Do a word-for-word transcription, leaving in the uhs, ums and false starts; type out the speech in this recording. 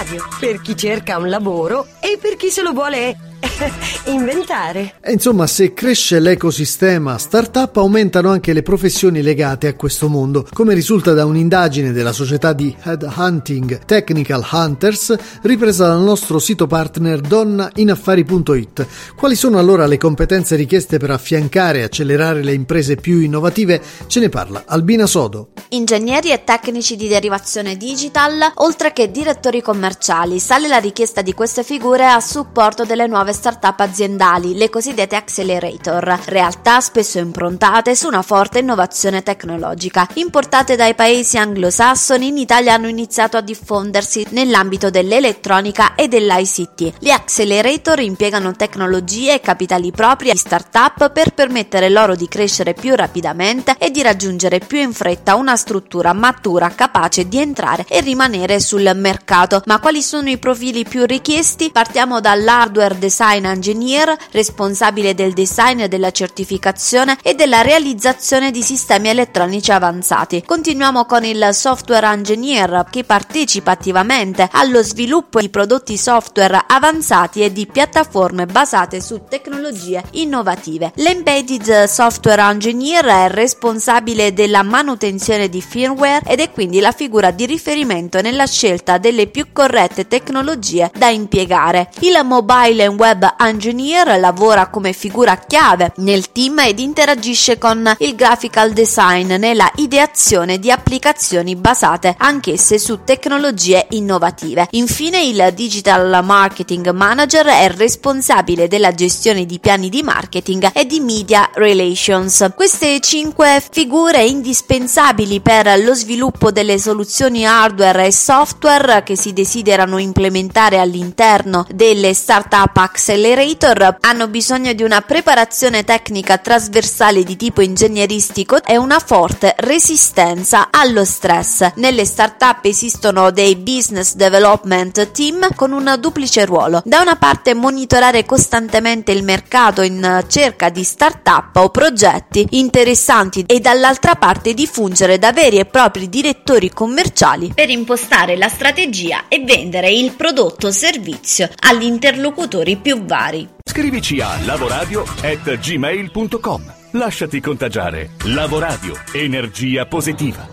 radio, per chi cerca un lavoro e per chi se lo vuole inventare. E insomma, se cresce l'ecosistema startup, aumentano anche le professioni legate a questo mondo, come risulta da un'indagine della società di headhunting Technical Hunters ripresa dal nostro sito partner donnainaffari punto it. Quali sono allora le competenze richieste per affiancare e accelerare le imprese più innovative? Ce ne parla Albina Sodo. Ingegneri e tecnici di derivazione digital, oltre che direttori commerciali. Sale la richiesta di queste figure a supporto delle nuove startup aziendali, le cosiddette accelerator, realtà spesso improntate su una forte innovazione tecnologica. Importate dai paesi anglosassoni, in Italia hanno iniziato a diffondersi nell'ambito dell'elettronica e dell'I C T. Gli accelerator impiegano tecnologie e capitali propri di startup per permettere loro di crescere più rapidamente e di raggiungere più in fretta una struttura matura capace di entrare e rimanere sul mercato. Ma quali sono i profili più richiesti? Partiamo dall'hardware design engineer, responsabile del design e della certificazione e della realizzazione di sistemi elettronici avanzati. Continuiamo con il software engineer, che partecipa attivamente allo sviluppo di prodotti software avanzati e di piattaforme basate su tecnologie innovative. L'embedded software engineer è responsabile della manutenzione di firmware ed è quindi la figura di riferimento nella scelta delle più corrette tecnologie da impiegare. Il mobile and web engineer lavora come figura chiave nel team ed interagisce con il graphical design nella ideazione di applicazioni basate anch'esse su tecnologie innovative. Infine, il digital marketing manager è responsabile della gestione di piani di marketing e di media relations. Queste cinque figure indispensabili per lo sviluppo delle soluzioni hardware e software che si desiderano implementare all'interno delle startup accelerator hanno bisogno di una preparazione tecnica trasversale di tipo ingegneristico e una forte resistenza allo stress. Nelle startup esistono dei business development team con un duplice ruolo: da una parte monitorare costantemente il mercato in cerca di startup o progetti interessanti e dall'altra parte di fungere da veri e propri direttori commerciali per impostare la strategia e vendere il prodotto o servizio agli interlocutori più vari. Scrivici a lavoradio chiocciola gmail punto com. Lasciati contagiare. Lavoradio, energia positiva.